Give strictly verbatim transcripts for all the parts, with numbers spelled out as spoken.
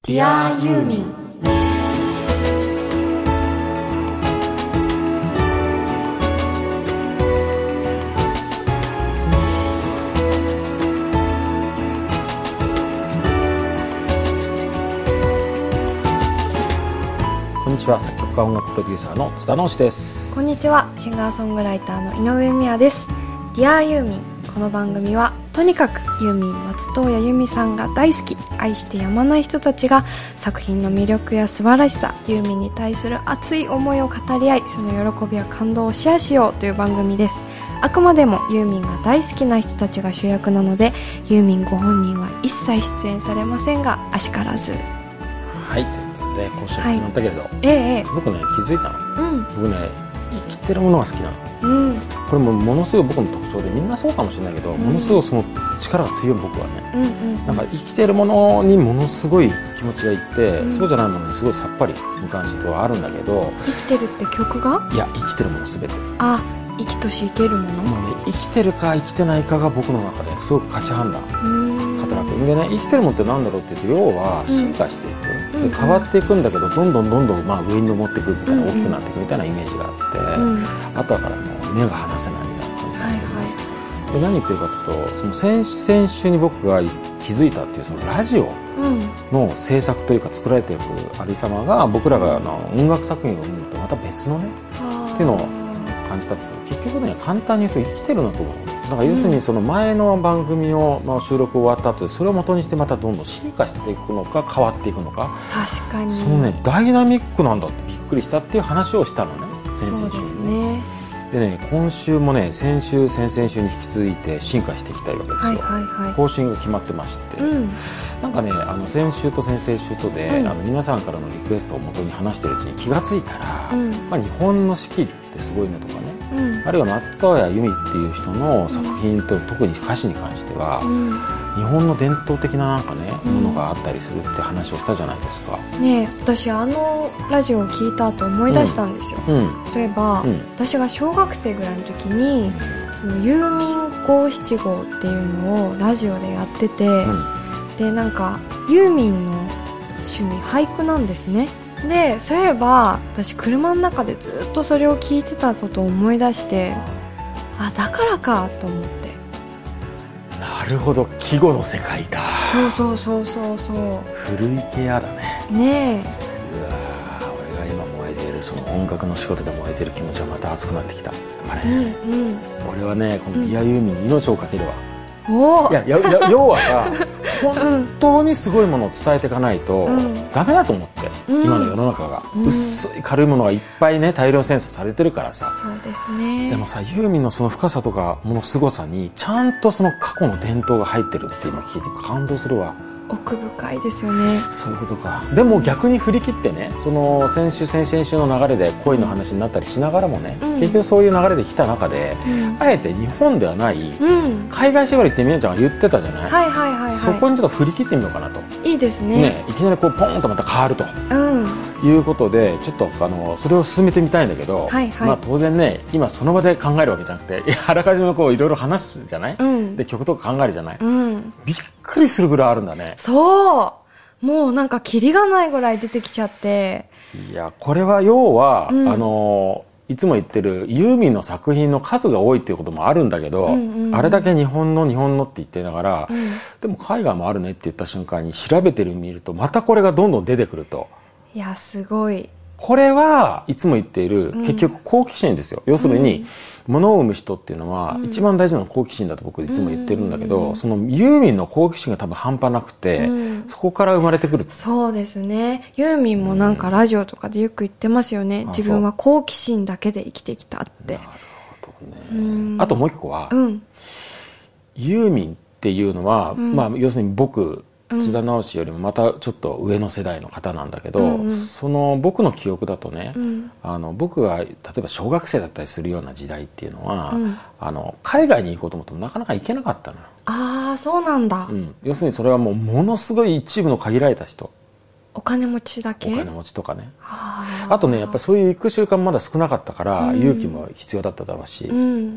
ディアユーミン。 こんにちは、作曲家音楽プロデューサーの津田直志です。 こんにちは、シンガーソングライターの井上美也です。ディアユーミン。この番組はとにかくユーミン松任谷由実さんが大好き、愛してやまない人たちが作品の魅力や素晴らしさ、ユーミンに対する熱い思いを語り合い、その喜びや感動をシェアしようという番組です。あくまでもユーミンが大好きな人たちが主役なので、ユーミンご本人は一切出演されませんが、あしからず。 はい、ということで今週も決まったけれど、はい、 ええ、 僕ね気づいたの、うん、僕ね生きてるものが好きなの、うん、これもものすごい僕の特徴で、みんなそうかもしれないけど、うん、ものすごいその力が強い僕はね、うんうん、なんか生きてるものにものすごい気持ちがいって、うん、そうじゃないものにすごいさっぱり無関心とはあるんだけど、 生きてるって曲が、 いや生きてるもの全て、 あ、生きとし生けるもの、 もうね、生きてるか生きてないかが僕の中ですごく価値判断働くんでね。生きてるものってなんだろうって言うと、要は進化していく、うん、で変わっていくんだけど、どんどんどんどんまあ上に登っていくみたいな、大きくなっていくみたいなイメージがあって、うん、あとはからもう目が離せないみたいな感じ、はいはい、で何言ってるかというと、その 先, 先週に僕が気づいたっていうそのラジオの制作というか作られていくありさまが、僕らがあの音楽作品を見るとまた別のねっていうのを感じたっていう、結局ね簡単に言うと生きてるなと思う。だから要するにその前の番組を、まあ、収録終わった後でそれを元にしてまたどんどん進化していくのか変わっていくのか、 確かにそのねダイナミックなんだってびっくりしたっていう話をしたのね、先々週に。そうですね。でね、今週もね先週先々週に引き続いて進化していきたいわけですよ、はいはいはい、方針が決まってまして、うん、なんかねあの先週と先々週とで、うん、あの皆さんからのリクエストを元に話しているうちに気がついたら、うんまあ、日本の四季ってすごいねとかね、うん、あるいは松任谷由実っていう人の作品と、うん、特に歌詞に関しては、うん、日本の伝統的ななんかね、うん、ものがあったりするって話をしたじゃないですか。 ねえ、私あのラジオを聞いた後思い出したんですよ、うんうん、そういえば、うん、私が小学生ぐらいの時にそのユーミンごしちごうっていうのをラジオでやってて、うん、でなんかユーミンの趣味俳句なんですね。でそういえば私車の中でずっとそれを聞いてたことを思い出して、あ、だからかと思って。 なるほど、季語の世界だ。 そうそうそうそうそう、 古池屋だね。 ねえ、 うわ、俺が今燃えているその音楽の仕事で燃えている気持ちはまた熱くなってきた。やっぱね、うんうん、俺はねこのディアユーミンに命をかけるわ、うん、おいや、やや要はさ本当にすごいものを伝えていかないと、うん、ダメだと思って、うん、今の世の中が、うん、薄い軽いものがいっぱいね大量生産されてるからさ。 そうですね。 でもさ、ユーミンのその深さとかもの凄さにちゃんとその過去の伝統が入ってるって今聞いて感動するわ。 奥深いですよね。 そういうことか。でも逆に振り切ってね、その先週先々週の流れで恋の話になったりしながらもね、うん、結局そういう流れで来た中で、うん、あえて日本ではない、うん、海外縛りってみやちゃんが言ってたじゃない、はいはいはいはい、そこにちょっと振り切ってみようかなと。 いいですね。 ね、いきなりこうポンとまた変わると、うん、いうことでちょっとあのそれを進めてみたいんだけど、はいはい、まあ、当然ね今その場で考えるわけじゃなくて、あらかじめこういろいろ話すじゃない、うん、で曲とか考えるじゃない、うん、びっくりするぐらいあるんだね。 そう、もうなんかキリがないぐらい出てきちゃって。 いや、これは要は、うん、あのいつも言ってるユーミンの作品の数が多いっていうこともあるんだけど、うんうんうん、あれだけ日本の日本のって言ってながら、うん、でも海外もあるねって言った瞬間に調べてみるとまたこれがどんどん出てくると。 いや、すごい。 これはいつも言っている、うん、結局好奇心ですよ。要するに、うん、物を生む人っていうのは、うん、一番大事なのは好奇心だと僕いつも言ってるんだけど、うん、そのユーミンの好奇心が多分半端なくて、うん、そこから生まれてくる。 そうですね。ユーミンもなんかラジオとかでよく言ってますよね、うん、自分は好奇心だけで生きてきたって。なるほどね、うん、 あともう一個は、うん、ユーミンっていうのは、うん、まあ要するに僕津田直志よりもまたちょっと上の世代の方なんだけど、うんうん、その僕の記憶だとね、うん、あの僕が例えば小学生だったりするような時代っていうのは、うん、あの海外に行こうと思ってもなかなか行けなかったのよ。 ああ、そうなんだ、 うん、要するにそれはもうものすごい一部の限られた人お金持ちだけ？ お金持ちとかね。あとねやっぱりそういう行く習慣まだ少なかったから、うん、勇気も必要だっただろうし、うん、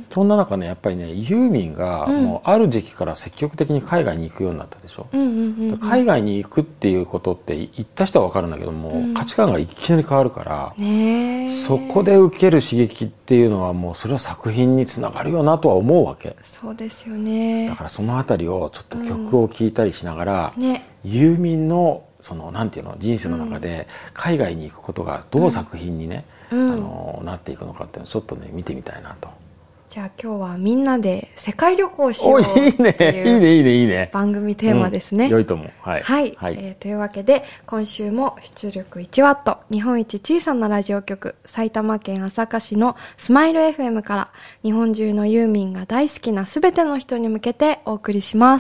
そんな中ねやっぱりねユーミンがもうある時期から積極的に海外に行くようになったでしょ、うんうんうんうん、海外に行くっていうことって行った人は分かるんだけども、うん、価値観がいきなり変わるから、ね、そこで受ける刺激っていうのはもうそれは作品につながるよなとは思うわけ。 そうですよね。 だからそのあたりをちょっと曲を聴いたりしながら、うんね、ユーミンのそのなんていうの人生の中で海外に行くことがどう作品にね、うん、あのなっていくのかっていうのをちょっとね見てみたいなと。 じゃあ今日はみんなで世界旅行しようっていういいねいいねいいねいいね番組テーマですね、 うん、良いと思う。はい、 はいはい、えー、というわけで今週も出力いちワット日本一小さなラジオ局埼玉県朝霞市のスマイル エフエム から日本中のユーミンが大好きなすべての人に向けてお送りします。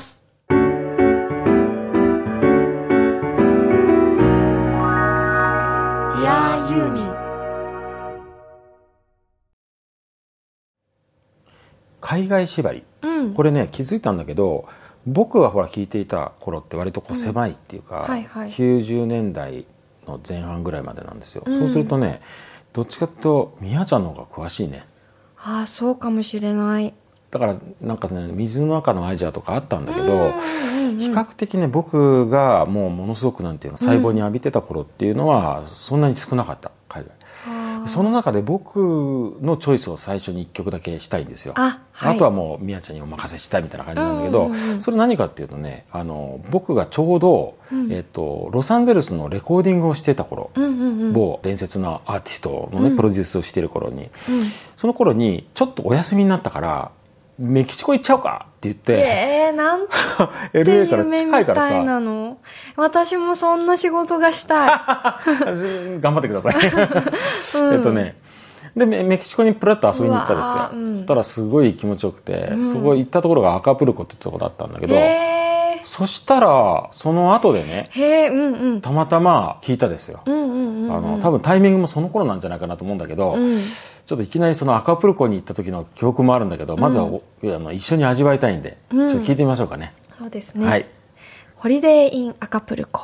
ディアユーミン。 海外縛り、 うん、 これね気づいたんだけど僕がほら聞いていた頃って割とこう狭いっていうか、うんはいはい、きゅうじゅうねんだいの前半ぐらいまでなんですよ、うん、そうするとねどっちかっていうとみやちゃんの方が詳しいね。 ああそうかもしれない。 だからなんかね水の中のアジアとかあったんだけど、うんうんうん、比較的ね僕がもうものすごくなんていうの細胞に浴びてた頃っていうのはそんなに少なかった海外。その中で僕のチョイスを最初にいっきょくだけしたいんですよ。 あ,、はい、あとはもうみやちゃんにお任せしたいみたいな感じなんだけど、うんうんうん、それ何かっていうとねあの僕がちょうど、うんえー、とロサンゼルスのレコーディングをしてた頃、うんうんうん、某伝説のアーティストの、ねうん、プロデュースをしている頃に、うん、その頃にちょっとお休みになったからメキシコ行っちゃおうかって言って、 えー、なんて夢みたいなの。私もそんな仕事がしたい頑張ってください、うん、えっとねでメキシコにプラッと遊びに行ったんですよ、うん、そしたらすごい気持ちよくて、うん、そこ行ったところがアカプルコってところだったんだけど、そしたらその後でね、 へー、うんうん、 たまたま聞いたですよ、うんうんうんうん、あの多分タイミングもその頃なんじゃないかなと思うんだけど、うん、ちょっといきなりそのアカプルコに行った時の記憶もあるんだけど、まずは、うん、あの一緒に味わいたいんで、うん、ちょっと聞いてみましょうかね。 そうですね、はい、ホリデーインアカプルコ。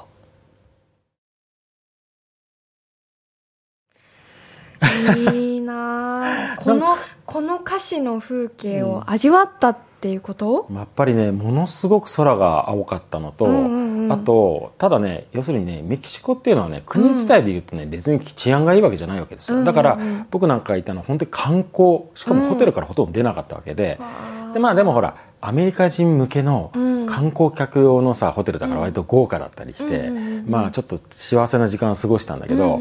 いいなこのこの歌詞の風景を味わったっていうこと、 うん、やっぱりねものすごく空が青かったのと、うんうんうん、あとただね要するにねメキシコっていうのはね国自体で言うとね、うん、別に治安がいいわけじゃないわけですよ、うんうんうん、だから僕なんかがいたのは本当に観光しかもホテルからほとんど出なかったわけで、うん、でまあでもほらアメリカ人向けの観光客用のさホテルだから割と豪華だったりして、うん、まあちょっと幸せな時間を過ごしたんだけど、うん、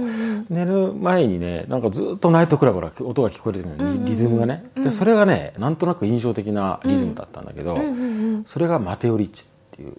寝る前にねなんかずっとナイトクラブから音が聞こえてくるのにリズムがね、うん、でそれがねなんとなく印象的なリズムだったんだけど、うん、それがマテオリッチっていう、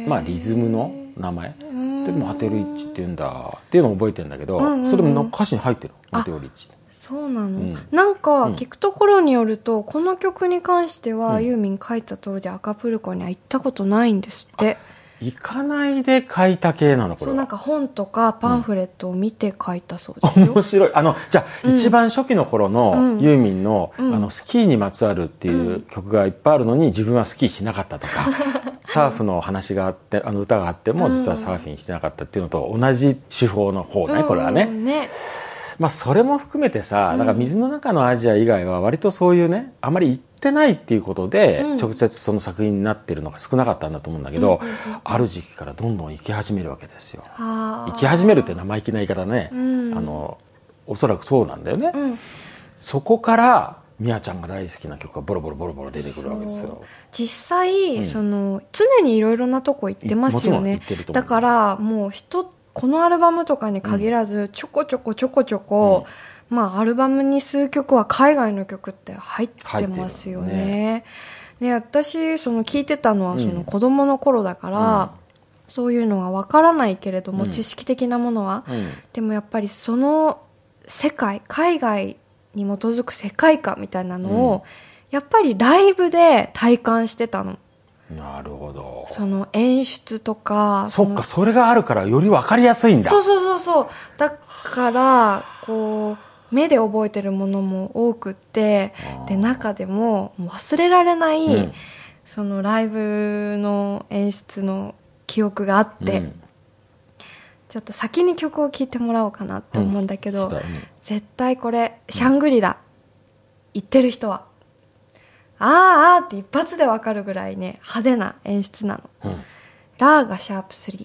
まあ、リズムの名前でマテオリッチっていうんだっていうのを覚えてるんだけど、うん、それも歌詞に入ってるマテオリッチって。 そうなの、うん、なんか聞くところによると、うん、この曲に関しては、うん、ユーミン書いた当時アカプルコには行ったことないんですって。 行かないで書いた系なのこれは。 そうなんか本とかパンフレットを見て書いたそうですよ、うん、 面白い。あのじゃあ、うん、一番初期の頃のユーミンの、うん、あのスキーにまつわるっていう曲がいっぱいあるのに自分はスキーしなかったとかサーフの話があってあの歌があっても実はサーフィンしてなかったっていうのと同じ手法の方ね、これはね、 うんね、 まあ、それも含めてさ、なんか水の中のアジア以外は割とそういうねあまり行ってないっていうことで、うん、直接その作品になってるのが少なかったんだと思うんだけど、うんうんうん、ある時期からどんどん行き始めるわけですよ。行き始めるって生意気な言い方ね、うん、あのおそらくそうなんだよね、うん、そこからみやちゃんが大好きな曲がボロボロボロボロ出てくるわけですよ。 実際、うん、その常にいろいろなとこ行ってますよね。だからもう人このアルバムとかに限らずちょこちょこちょこちょこ、うん、まあアルバムに数曲は海外の曲って入ってますよね。で私その聞いてたのはその子供の頃だから、うん、そういうのは分からないけれども、うん、知識的なものは、うん、でもやっぱりその世界海外に基づく世界観みたいなのを、うん、やっぱりライブで体感してたの。 なるほど。 その演出とかそっかそれがあるからより分かりやすいんだ。 そうそうそうそう。だからこう目で覚えてるものも多くってで中でも忘れられない、うん、そのライブの演出の記憶があって、うん、 ちょっと先に曲を聴いてもらおうかなって思うんだけど、 うんね、 絶対これシャングリラ行ってる人は、うん、あーあーって一発でわかるぐらいね派手な演出なの、うん、ラーガシャープスリー。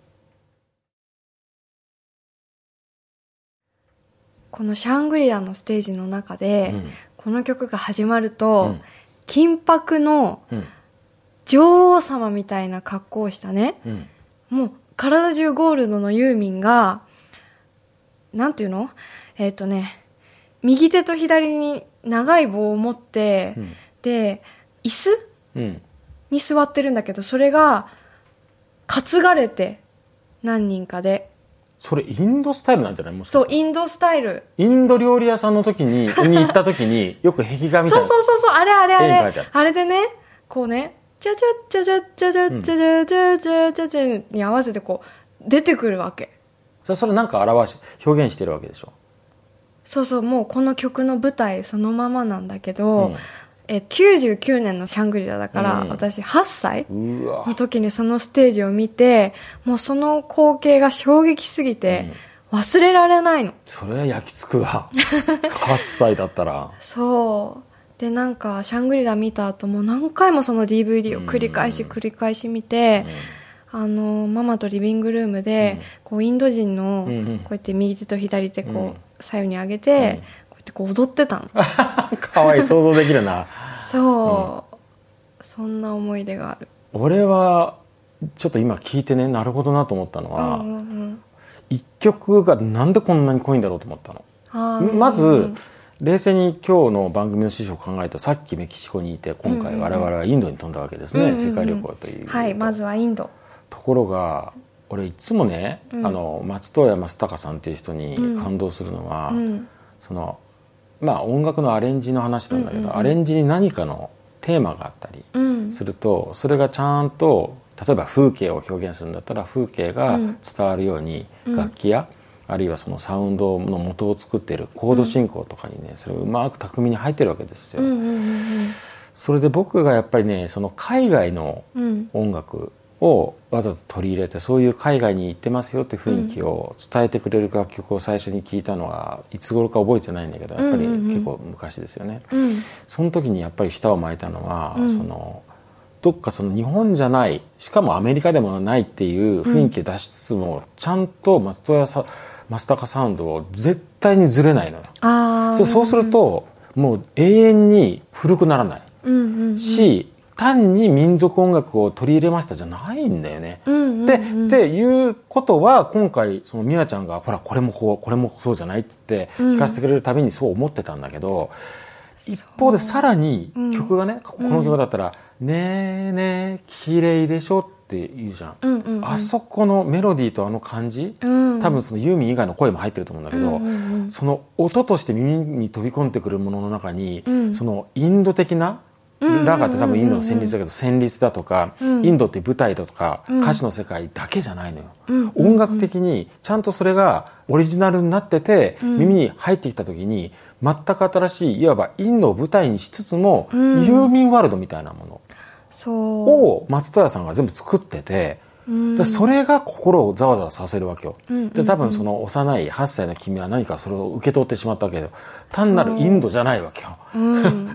このシャングリラのステージの中で、うん、この曲が始まると、うん、金箔の女王様みたいな格好をしたね、うん、もう体中ゴールドのユーミンが、なんていうの？えっとね、右手と左に長い棒を持って、うん、で、椅子、うん、に座ってるんだけど、それが担がれて、何人かで。 それインドスタイルなんじゃない？もしかしたらそう、インドスタイル。 インド料理屋さんの時に、に行った時に、よく壁画みたいな。 そうそうそうそう、あれあれあれ。あれでね、こうね、チャチャチャチャチャチャチャチャチャチャチャチャに合わせてこう出てくるわけ。 それなんか表し表現してるわけでしょ。 そうそう、もうこの曲の舞台そのままなんだけど、うん、えきゅうじゅうきゅうねんのシャングリラだから、うん、私はっさいの時にそのステージを見て、もうその光景が衝撃すぎて忘れられないの、うん、 それは焼き付くわはっさいだったら。 そうで、なんかシャングリラ見た後も何回もその ディーブイディー を繰り返し繰り返し見て、うん、あのママとリビングルームで、うん、こうインド人のこうやって右手と左手こう左右に上げて、うん、こうやってこう踊ってたのかわいい、想像できるなそう、うん、そんな思い出がある。 俺はちょっと今聞いてね、なるほどなと思ったのは、うんうんうん、一曲がなんでこんなに濃いんだろうと思ったの。あ、まず、うん、冷静に今日の番組の趣旨を考えると、さっきメキシコにいて今回我々はインドに飛んだわけですね、うんうんうん、世界旅行という、 はい、まずはインド。 ところが俺いつもね、うん、あの松任谷正隆さんっていう人に感動するのは、うん、そのまあ音楽のアレンジの話なんだけど、うんうんうん、アレンジに何かのテーマがあったりすると、うん、それがちゃんと例えば風景を表現するんだったら風景が伝わるように楽器や、うん、あるいはそのサウンドの元を作っているコード進行とかにね、それをうまく巧みに入ってるわけですよ、うんうんうんうん、それで僕がやっぱりね、その海外の音楽をわざと取り入れて、そういう海外に行ってますよって雰囲気を伝えてくれる楽曲を最初に聴いたのはいつ頃か覚えてないんだけど、やっぱり結構昔ですよね、うんうんうん、その時にやっぱり舌を巻いたのは、うん、そのどっかその日本じゃない、しかもアメリカでもないっていう雰囲気を出しつつも、うん、ちゃんと松任谷さ松高サウンドを絶対にずれないのよ。あ、そう、そうするともう永遠に古くならない、うんうんうん、し単に民族音楽を取り入れましたじゃないんだよね、うんうんうん、でっていうことは、今回その美和ちゃんがほらこれもこうこれもそうじゃないって言って聴かせてくれるたびにそう思ってたんだけど、うん、一方でさらに曲がね、うん、この曲だったら、うん、ねえねえ綺麗でしょって言うじゃん、うんうんうん、あそこのメロディーとあの感じ、うん、多分そのユーミン以外の声も入ってると思うんだけど、うんうんうん、その音として耳に飛び込んでくるものの中に、うん、そのインド的なラガって多分インドの旋律だけど、旋律だとか、インドっていう舞台だとか、歌詞の世界だけじゃないのよ、音楽的にちゃんとそれがオリジナルになってて、耳に入ってきた時に全く新しい、いわばインドを舞台にしつつも、ユーミンワールドみたいなものを松任谷さんが全部作ってて、でそれが心をざわざわさせるわけよ、で多分その幼いはっさいの君は何かそれを受け取ってしまったわけど、単なるインドじゃないわけよ、うん、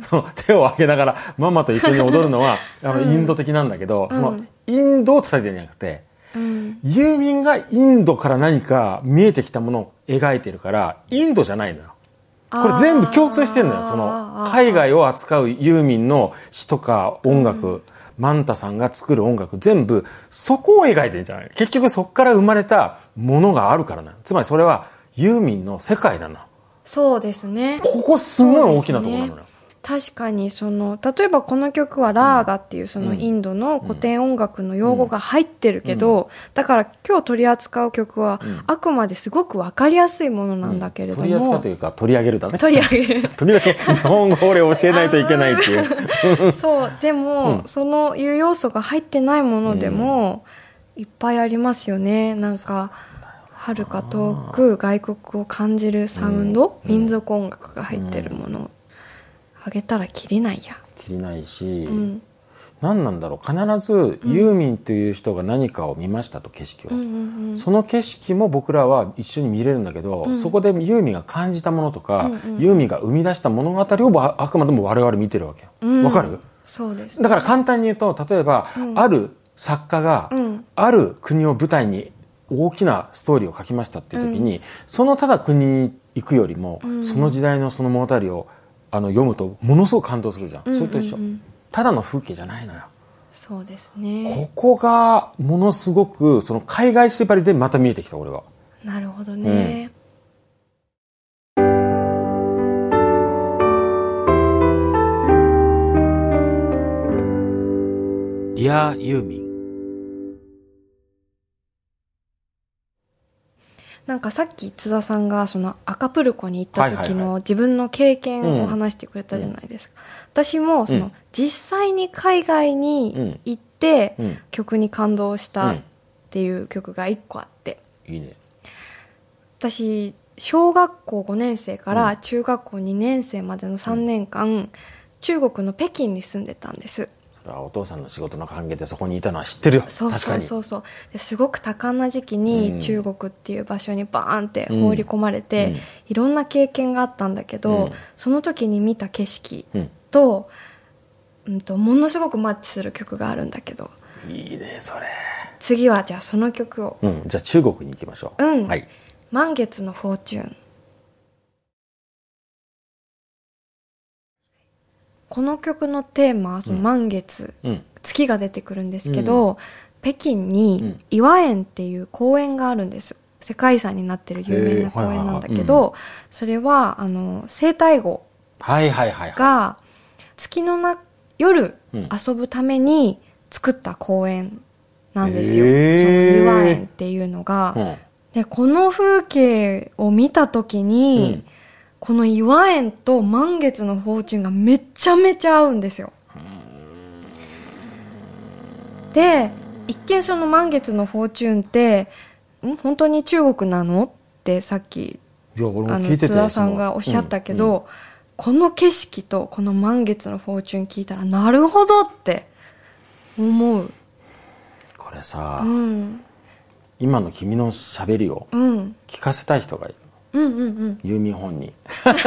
その手を挙げながらママと一緒に踊るのはあのインド的なんだけど、うん、そのインドを伝えてるんじゃなくて、うん、ユーミンがインドから何か見えてきたものを描いてるからインドじゃないのよ。これ全部共通してるのよ。その海外を扱うユーミンの詩とか音楽、うん、マンタさんが作る音楽全部そこを描いてるんじゃない。結局そこから生まれたものがあるからな。つまりそれはユーミンの世界なの。 そうですね。 ここすごい大きなところなのよ。 確かにその例えばこの曲はラーガっていうそのインドの古典音楽の用語が入ってるけど、うんうん、だから今日取り扱う曲はあくまですごく分かりやすいものなんだけれども、うん、 取り扱うというか取り上げるだね。 取り上げるとにかく日本語を教えないといけないっていうそうでも、うん、そのいう要素が入ってないものでもいっぱいありますよね。なんか遥か遠く外国を感じるサウンド、うん、民族音楽が入ってるもの、うん、あげたらきりないや。 きりないし、うん、 何なんだろう、必ずユーミンという人が何かを見ましたと、景色を、うんうんうん、その景色も僕らは一緒に見れるんだけど、うん、そこでユーミンが感じたものとか、うんうん、ユーミンが生み出した物語をあくまでも我々見てるわけよ。わ、うん、かる？ そうですね。 だから簡単に言うと、例えば、うん、ある作家が、うん、ある国を舞台に大きなストーリーを書きましたっていう時に、うん、そのただ国に行くよりも、うん、その時代のその物語をあの読むとものすごく感動するじゃん、うんうんうん、それと一緒。ただの風景じゃないのよ。 そうですね。 ここがものすごくその海外縛りでまた見えてきた、俺は。 なるほどね、 うん、ディア・ユーミン。 なんかさっき津田さんがそのアカプルコに行った時の自分の経験を話してくれたじゃないですか、うん、私もその実際に海外に行って曲に感動したっていう曲がいっこあって、 いいね。 私小学校ごねん生から中学校にねん生までのさんねんかん中国の北京に住んでたんです。 それはお父さんの仕事の関係でそこにいたのは知ってるよ。 そうそうそうそう。ですごく多感な時期に中国っていう場所にバーンって放り込まれて、うん、いろんな経験があったんだけど、うん、その時に見た景色と、うん、とものすごくマッチする曲があるんだけど。 いいねそれ。 次はじゃあその曲を、 うん、じゃあ中国に行きましょう。 うん、 はい、 満月のフォーチュン。この曲のテーマはその満月、うん、月が出てくるんですけど、うん、北京に頤和園っていう公園があるんです。世界遺産になってる有名な公園なんだけど、それはあの生態号が月のな夜遊ぶために作った公園なんですよ、その頤和園っていうのが、うん、でこの風景を見た時に、うん、この頤和園と満月のフォーチュンがめちゃめちゃ合うんですよ。で一見その満月のフォーチュンってん本当に中国なのってさっきあの津田さんがおっしゃったけど、うんうん、この景色とこの満月のフォーチュン聞いたらなるほどって思う。 これさ、 うん、 今の君のしゃべりを聞かせたい人がいる、 うんうんうん、 ユーミン本人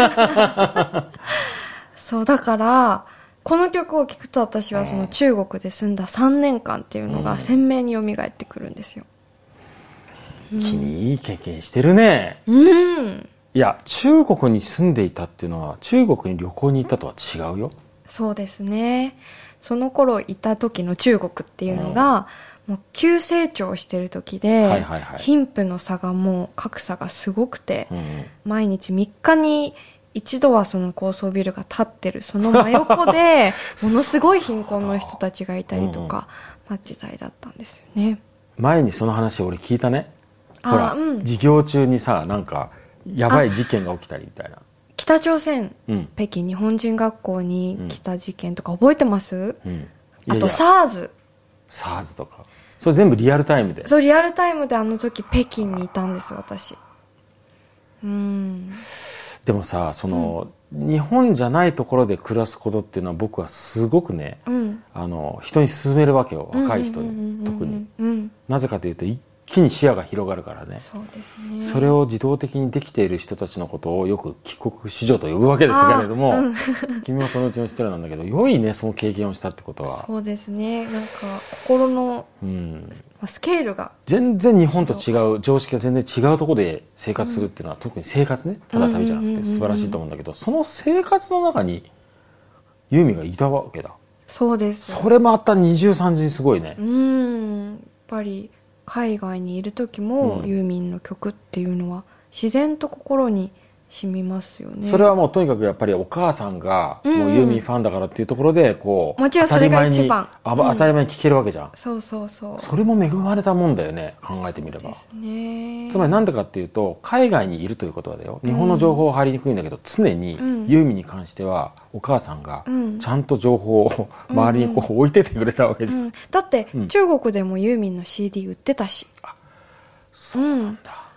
そうだからこの曲を聴くと私はその中国で住んださんねんかんっていうのが鮮明に蘇ってくるんですよ、 うん、君いい経験してるね。 うん。 いや中国に住んでいたっていうのは中国に旅行に行ったとは違うよ。 そうですね。その頃いた時の中国っていうのが、うん、もう急成長してる時で、はいはいはい、貧富の差がもう格差がすごくて、うん、毎日みっかに一度はその高層ビルが建ってるその真横でものすごい貧困の人たちがいたりとか、まあ、時代だったんですよね。 前にその話俺聞いたね。ほら、うん、授業中にさなんかやばい事件が起きたりみたいな。 北朝鮮、うん、北京日本人学校に来た事件とか覚えてます、うん、あと SARS SARS とかそれ全部リアルタイムで。 そうリアルタイムであの時北京にいたんです私。うんでもさその、うん、日本じゃないところで暮らすことっていうのは僕はすごくね、うん、あの人に勧めるわけよ、若い人に特に、うん、なぜかというと一気に視野が広がるからね。 そうですね。 それを自動的にできている人たちのことをよく帰国子女と呼ぶわけですけれども、うん、君もそのうちの一人なんだけど良いねその経験をしたってことは。 そうですね。なんか心の、うん、スケールが全然日本と違う常識が全然違うところで生活するっていうのは、うん、特に生活ねただ旅じゃなくて素晴らしいと思うんだけど、その生活の中にユーミンがいたわけだ。 そうです。 それまた二重三重にすごいね。 うんやっぱり海外にいる時も、うん、ユーミンの曲っていうのは自然と心に染みますよね。 それはもうとにかくやっぱりお母さんがもうユーミンファンだからっていうところでこう、 もちろんそれが一番当たり前に、うん、当たり前に聴けるわけじゃん。 そうそうそう。 それも恵まれたもんだよね考えてみれば。そうですね。つまりなんでかっていうと海外にいるということはだよ、日本の情報は入りにくいんだけど、うん、常にユーミンに関してはお母さんがちゃんと情報を周りにこう置いててくれたわけじゃん、うんうん、 だって、うん、中国でもユーミンの シーディー 売ってたし。あ、 そうなんだ、うん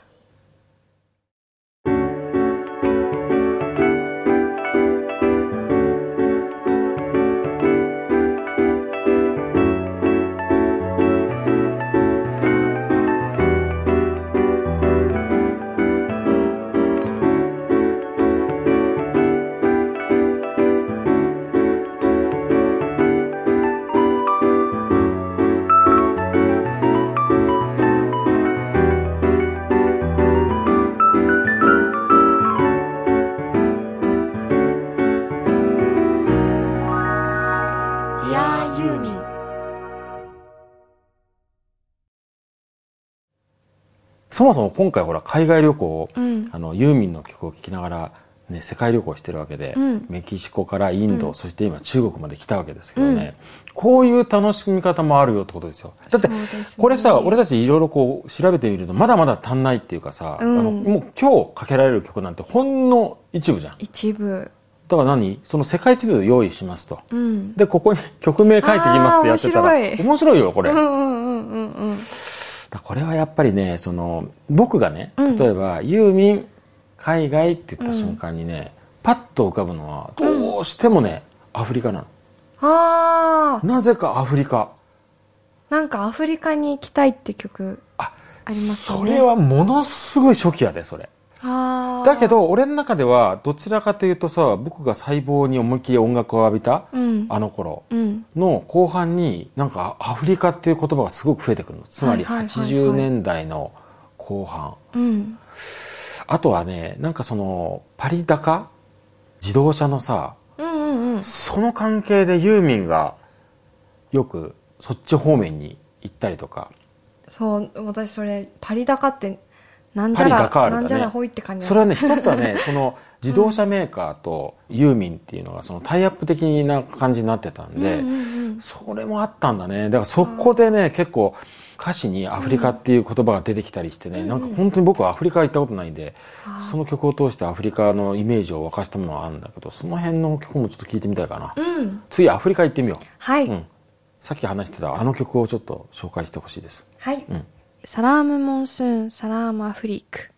そもそも今回ほら海外旅行を、 うん、 あのユーミンの曲を聴きながら、ね、世界旅行してるわけで、うん、メキシコからインド、うん、そして今中国まで来たわけですけどね、うん、こういう楽しみ方もあるよってことですよ。だって、ね、これさ、俺たちいろいろこう調べてみるとまだまだ足んないっていうかさ、うん、あのもう今日かけられる曲なんてほんの一部じゃん。 一部。 だから何その世界地図用意しますと、うん、でここに曲名書いてきますってやってたら面白い、面白いよこれ。うんうんうんうん、だこれはやっぱりね、その僕がね、例えば、うん、ユーミン海外って言った瞬間にね、うん、パッと浮かぶのはどうしてもね、うん、アフリカなの。あなぜかアフリカ。 なんかアフリカに行きたいって曲ありますよね。 それはものすごい初期やでそれ。だけど俺の中ではどちらかというとさ、僕が細胞に思いっきり音楽を浴びた、うん、あの頃の後半になんかアフリカっていう言葉がすごく増えてくるの。つまりはちじゅうねんだいの後半、うん、あとはね、なんかそのパリ高自動車のさ、うんうんうん、その関係でユーミンがよくそっち方面に行ったりとか。 そう、私それパリ高ってなんじゃら、ね、なんじゃらほいって感じ。 それはね、一つはね、その自動車メーカーとユーミンっていうのがそのタイアップ的な感じになってたんで、うんうんうん、それもあったんだね。だからそこでね、結構歌詞にアフリカっていう言葉が出てきたりしてね、うん、なんか本当に僕はアフリカ行ったことないんで、うん、その曲を通してアフリカのイメージを沸かしたものがあるんだけど、その辺の曲もちょっと聞いてみたいかな。うん、次アフリカ行ってみよう。はい、うん。さっき話してたあの曲をちょっと紹介してほしいです。 はい。うん、サラームモンスーン、サラームアフリーク。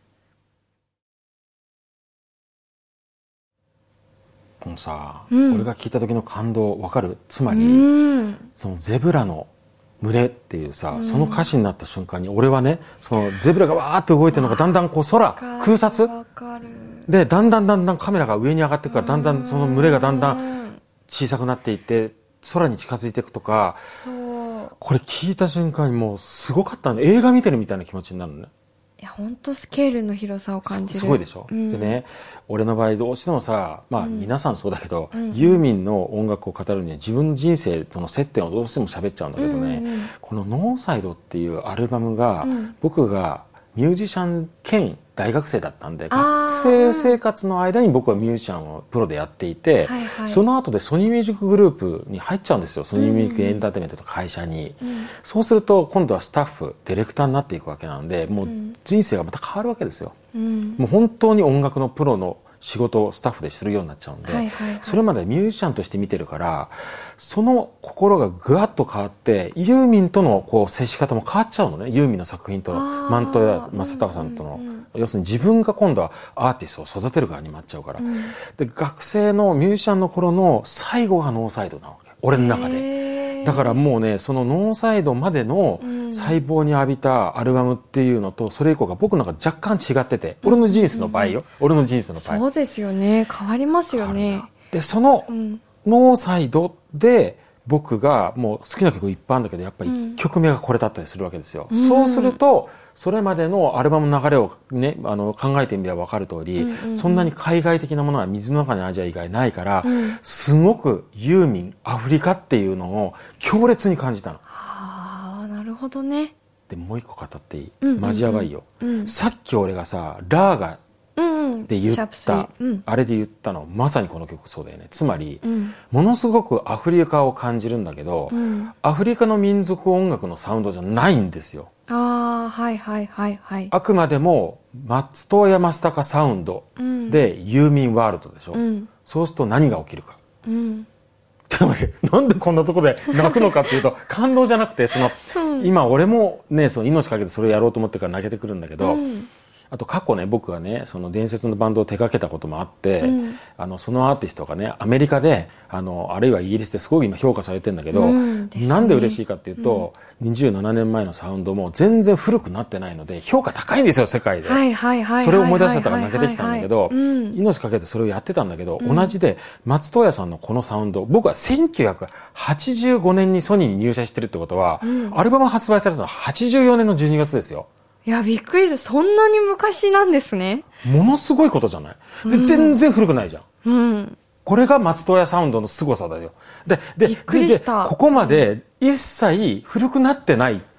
このさ、うん、俺が聞いた時の感動わかる？つまり、うん、そのゼブラの群れっていうさ、うん、その歌詞になった瞬間に俺はね、そのゼブラがわーって動いてるのがだんだんこう空空撮でだんだんだんだんカメラが上に上がっていくから、だんだんその群れがだんだん小さくなっていって空に近づいていくとか、そうこれ聞いた瞬間にもうすごかったね。映画見てるみたいな気持ちになるのね。 いや本当スケールの広さを感じる。 すごいでしょ、うん、でね、俺の場合どうしてもさ、まあ皆さんそうだけど、うん、ユーミンの音楽を語るには自分の人生との接点をどうしても喋っちゃうんだけどね、うんうんうん、このノーサイドっていうアルバムが、うん、僕がミュージシャン兼大学生だったんで、学生生活の間に僕はミュージシャンをプロでやっていて、はいはい、その後でソニーミュージックグループに入っちゃうんですよ。ソニーミュージックエンターテイメントと会社に、うん、そうすると今度はスタッフディレクターになっていくわけなんで、もう人生がまた変わるわけですよ、うん、もう本当に音楽のプロの仕事をスタッフでするようになっちゃうんで、はいはいはい、それまでミュージシャンとして見てるから、その心がぐわっと変わってユーミンとのこう接し方も変わっちゃうのね。ユーミンの作品とマントや正隆さんとの、うんうんうん、要するに自分が今度はアーティストを育てる側になっちゃうから、うん、で学生のミュージシャンの頃の最後がノーサイドなわけ、俺の中で。だからもうね、そのノーサイドまでの細胞に浴びたアルバムっていうのとそれ以降が僕なんか若干違ってて、俺の人生の場合よ、うん、俺の人生の場合そうですよね、変わりますよね。 でそのノーサイドで僕がもう好きな曲いっぱいあるんだけど、やっぱりいっきょくめがこれだったりするわけですよ、うん、そうするとそれまでのアルバムの流れを、ね、あの考えてみれば分かる通り、うんうんうん、そんなに海外的なものは水の中にアジア以外ないから、うん、すごくユーミンアフリカっていうのを強烈に感じたの。 はあ、なるほどね。 でもう一個語っていい、うんうんうん、マジやばいよ、うん、さっき俺がさラーガで言った、うん、あれで言ったのまさにこの曲そうだよね。つまり、うん、ものすごくアフリカを感じるんだけど、うん、アフリカの民族音楽のサウンドじゃないんですよ。 ああ、はいはいはいはい。 あくまでも松任谷正隆サウンドで、うん、ユーミンワールドでしょ、うん、そうすると何が起きるか、うん、なんでこんなとこで泣くのかっていうと感動じゃなくて、その、うん、今俺もね、その命かけてそれをやろうと思ってから泣けてくるんだけど、うん、あと過去ね、僕がね、その伝説のバンドを手掛けたこともあって、うん、あのそのアーティストがね、アメリカであのあるいはイギリスですごく今評価されてるんだけど、うん、でなんで嬉しいかっていうと、うん、にじゅうななねんまえのサウンドも全然古くなってないので評価高いんですよ、世界で。はいはいはい、それを思い出しちゃったから泣けてきたんだけど、命かけてそれをやってたんだけど、うん、同じで松任谷さんのこのサウンド、僕はせんきゅうひゃくはちじゅうごねんにソニーに入社してるってことは、うん、アルバム発売されたのははちじゅうよねんのじゅうにがつですよ。 いや、びっくりです。そんなに昔なんですね。 ものすごいことじゃないで、うん、全然古くないじゃん。うん。これが松任谷サウンドの凄さだよ。で、で、 びっくりした。 で、ここまで一切古くなってない。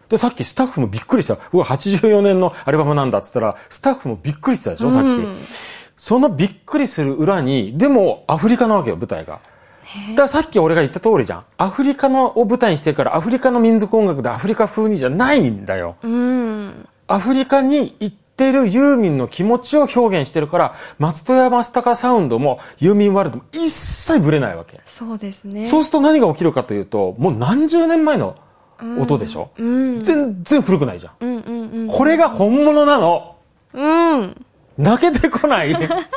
で、さっきスタッフもびっくりした。うわ、はちじゅうよねんのアルバムなんだっつったら、スタッフもびっくりしたでしょ、さっき。うん、そのびっくりする裏に、でもアフリカなわけよ、舞台が。だからさっき俺が言った通りじゃん。アフリカのを舞台にしてるから、アフリカの民族音楽でアフリカ風にじゃないんだよ。うん、アフリカに行ってるユーミンの気持ちを表現してるから、松任谷正隆サウンドもユーミンワールドも一切ブレないわけ。 そうですね。 そうすると何が起きるかというと、もう何十年前の音でしょ、うん、全然古くないじゃん。うんうんうん、これが本物なの。うん。泣けてこないい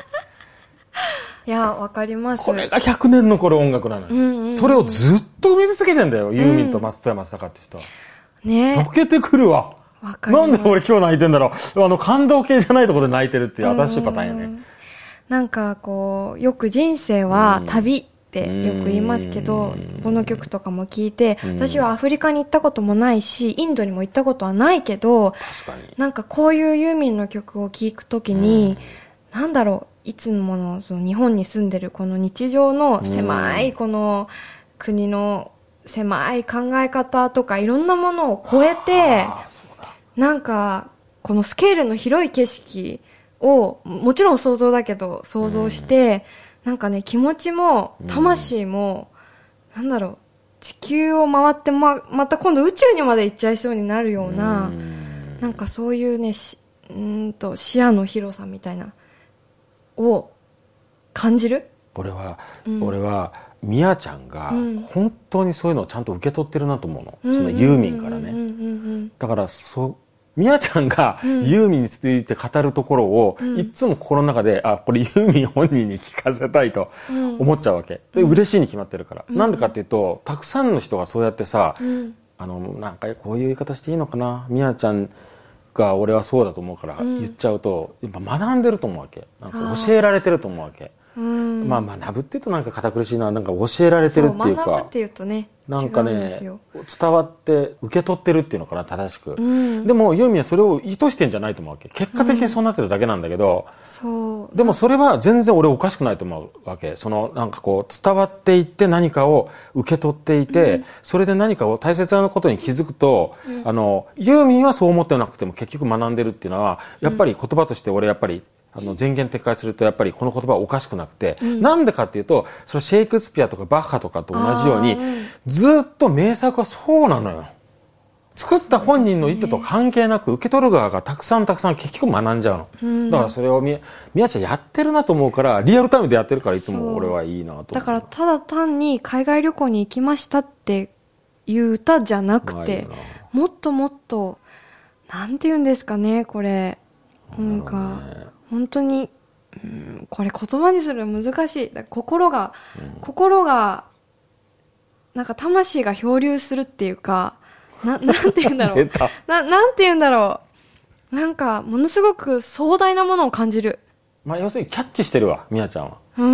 や、わかります。 これがひゃくねん残る音楽なのよ、うんうんうん。それをずっと見続けてんだよ、ユーミンと松任谷正隆って人は。ねえ。泣けてくるわ。わかります。なんで俺今日泣いてんだろう。あの、感動系じゃないところで泣いてるっていう新しいパターンやね。 なんかこう、よく人生は旅ってよく言いますけど、この曲とかも聞いて、私はアフリカに行ったこともないし、インドにも行ったことはないけど、確かになんかこういうユーミンの曲を聴くときに、なんだろう、いつものその日本に住んでるこの日常の狭いこの国の狭い考え方とかいろんなものを超えて、なんかこのスケールの広い景色をもちろん想像だけど想像して、なんかね、気持ちも魂もなんだろう、地球を回ってままた今度宇宙にまで行っちゃいそうになるような、なんかそういうね、しうんと視野の広さみたいなを感じる。 俺は、うん、俺はミヤちゃんが本当にそういうのをちゃんと受け取ってるなと思うの、うん、そのユーミンからね。だからそミヤちゃんがユーミンについて語るところを、うん、いつも心の中で、あ、これユーミン本人に聞かせたいと思っちゃうわけで、嬉しいに決まってるから、うん、なんでかっていうと、たくさんの人がそうやってさ、うん、あのなんかこういう言い方していいのかな、ミヤちゃんが俺はそうだと思うから言っちゃうと、やっぱ学んでると思うわけ。なんか教えられてると思うわけ。まあ学ぶって言うとなんか堅苦しいな、なんか教えられてるっていうか、 学ぶっていうとね、 なんかね、伝わって受け取ってるっていうのかな、正しく。でもユーミンはそれを意図してんじゃないと思うわけ。結果的にそうなってるだけなんだけど、そうでもそれは全然俺おかしくないと思うわけ。そのなんかこう伝わっていって何かを受け取っていて、うん、それで何かを大切なことに気づくと、うん、あのユーミンはそう思ってなくても結局学んでるっていうのはやっぱり言葉として俺やっぱりあの前言撤回するとやっぱりこの言葉はおかしくなくて、うん、なんでかっていうと、それシェイクスピアとかバッハとかと同じように、うん、ずっと名作はそうなのよ。作った本人の意図と関係なく、受け取る側がたくさんたくさん結局学んじゃうの。うん、だからそれをみ、宮ちゃんやってるなと思うから、リアルタイムでやってるからいつも俺はいいなと思う。 だからただ単に海外旅行に行きましたっていう歌じゃなくて、もっともっと、なんて言うんですかね、これ。なんか、本当に、うん、これ言葉にするの難しい。心が、うん、心が、なんか魂が漂流するっていうか、な、なんて言うんだろう。な、なんて言うんだろう。なんか、ものすごく壮大なものを感じる。 まあ、要するにキャッチしてるわ、みやちゃんは。うん。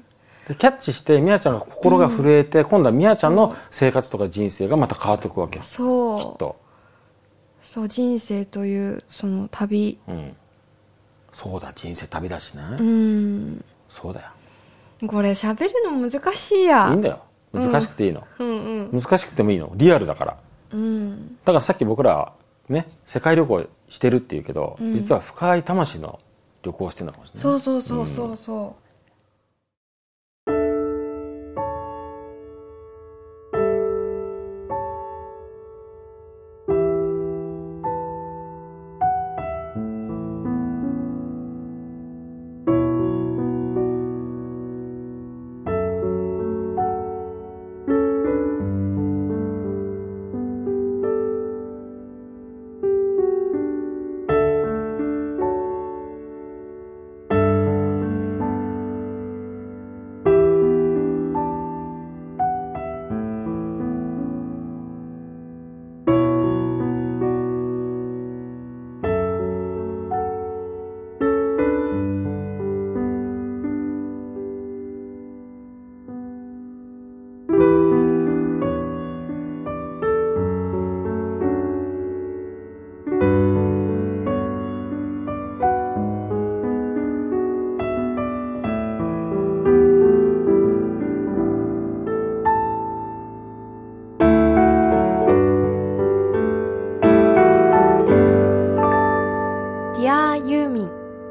でキャッチして、みやちゃんが心が震えて、うん、今度はみやちゃんの生活とか人生がまた変わっていくわけ。そう。きっと。 そう、人生という、その旅。 うん。そうだ、人生旅だしね。うん。そうだよ。 これ喋るの難しいや。 いいんだよ。難しくていいの。うんうんうん、難しくてもいいの。リアルだから。うん、だからさっき僕らね、世界旅行してるっていうけど、うん、実は深い魂の旅行をしてるのかもしれない。 そうそうそうそうそう。うん Dear ユーミン。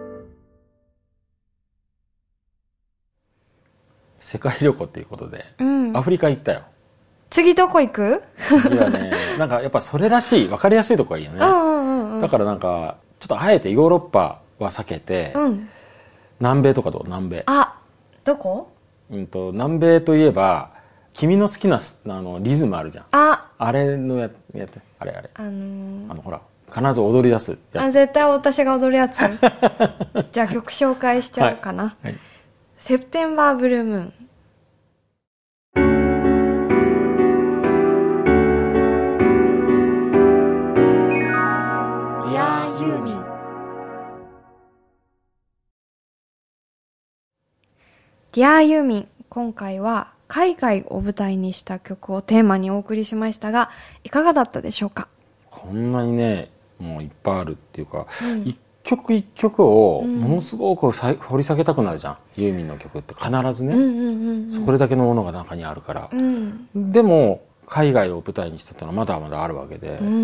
世界旅行っていうことで、 うん、 アフリカ行ったよ。 次どこ行く？ 次はね、なんかやっぱそれらしい分かりやすいとこがいいよね。 うんうんうん、 だからなんかちょっとあえてヨーロッパは避けて、うん、南米とかどう？南米。 あ、どこ？ うんと南米といえば君の好きなあのリズムあるじゃん。 あ、 あれのややってあれあれ。 あのー、 あのほら必ず踊り出すやつ。 あ、絶対私が踊るやつ。じゃあ曲紹介しちゃおうかな。はいはい、セプテンバーブルームーン。Dear ユーミン、今回は海外を舞台にした曲をテーマにお送りしましたが、いかがだったでしょうか？ こんなにね、もういっぱいあるっていうか、うん、一曲一曲をものすごく掘り下げたくなるじゃん、うん、ユーミンの曲って必ずね、うんうんうんうん、それだけのものが中にあるから、うん、でも海外を舞台にしてたのはまだまだあるわけで、うん、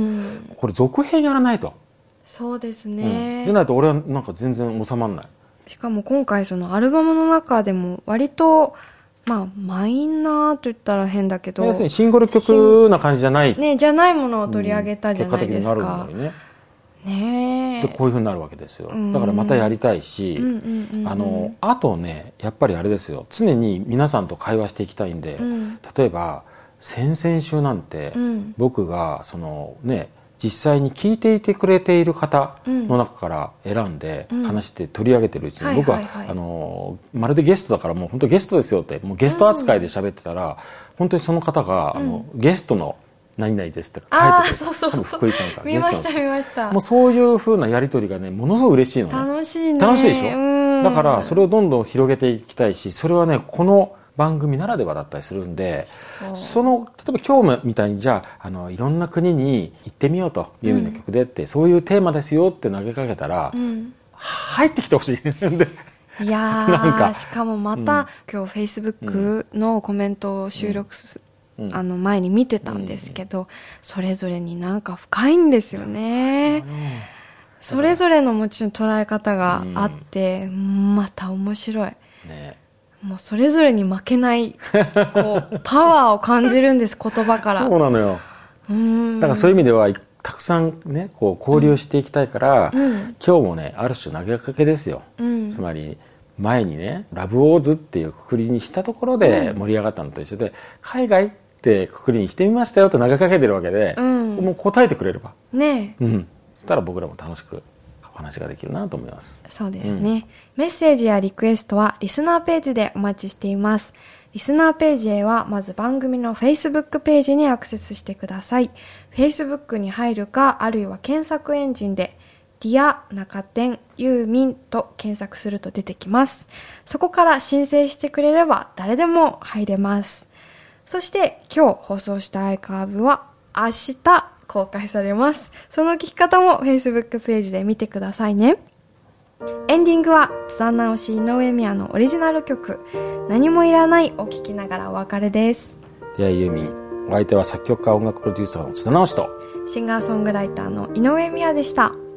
これ続編やらないと。 そうですね、 うん、でないと俺はなんか全然収まんない。 しかも今回そのアルバムの中でも割とまあマイナーと言ったら変だけど、 要するにシングル曲な感じじゃない、 ね、じゃないものを取り上げたじゃないですか、 うん、結果的になるんだよね。 ね。でこういう風になるわけですよ。だからまたやりたいし、あのあとねやっぱりあれですよ、常に皆さんと会話していきたいんで、うん、例えば先々週なんて、うん、僕がそのね実際に聞いていてくれている方の中から選んで話して取り上げてるうちに、僕はあのまるでゲストだからもう本当ゲストですよってもうゲスト扱いで喋ってたら、本当にその方があのゲストの何々ですって書いてて、 そうそうそう、 福井さんから見ました見ました。 もうそういう風なやり取りがねものすごく嬉しいのね。 楽しいね。 楽しいでしょ。だからそれをどんどん広げていきたいし、それはねこの番組ならではだったりするんで、その例えば今日みたいにじゃあ、あのいろんな国に行ってみようと、ユーミンの曲でって、うん、そういうテーマですよって投げかけたら、うん、入ってきてほしいで。 いやーしかもまた、うん、今日フェイスブックのコメントを収録す、うん、あの前に見てたんですけど、うん、それぞれになんか深いんですよね。それぞれのもちろん捉え方があって、うん、また面白い。ね、もうそれぞれに負けないこうパワーを感じるんです、言葉から。 そうなのよ。うーん、だからそういう意味ではたくさんねこう交流していきたいから、うん、今日もねある種投げかけですよ、うん、つまり前にねラブオーズっていうくくりにしたところで盛り上がったのと一緒で、海外ってくくりにしてみましたよと投げかけてるわけで、うん、もう答えてくれればねえ、うん、そしたら僕らも楽しくお話ができるなと思います。 そうですね、うん、メッセージやリクエストはリスナーページでお待ちしています。リスナーページへはまず番組の Facebook ページにアクセスしてください。 Facebook に入るか、あるいは検索エンジンで Dear 中店ユーミンと検索すると出てきます。そこから申請してくれれば誰でも入れます。そして今日放送したアイカーブは明日公開されます。その聞き方も Facebook ページで見てくださいね。エンディングは津田直し井上美也のオリジナル曲何もいらないを聴きながらお別れです。 ではユーミン、お相手は作曲家音楽プロデューサーの津田直しとシンガーソングライターの井上美也でした。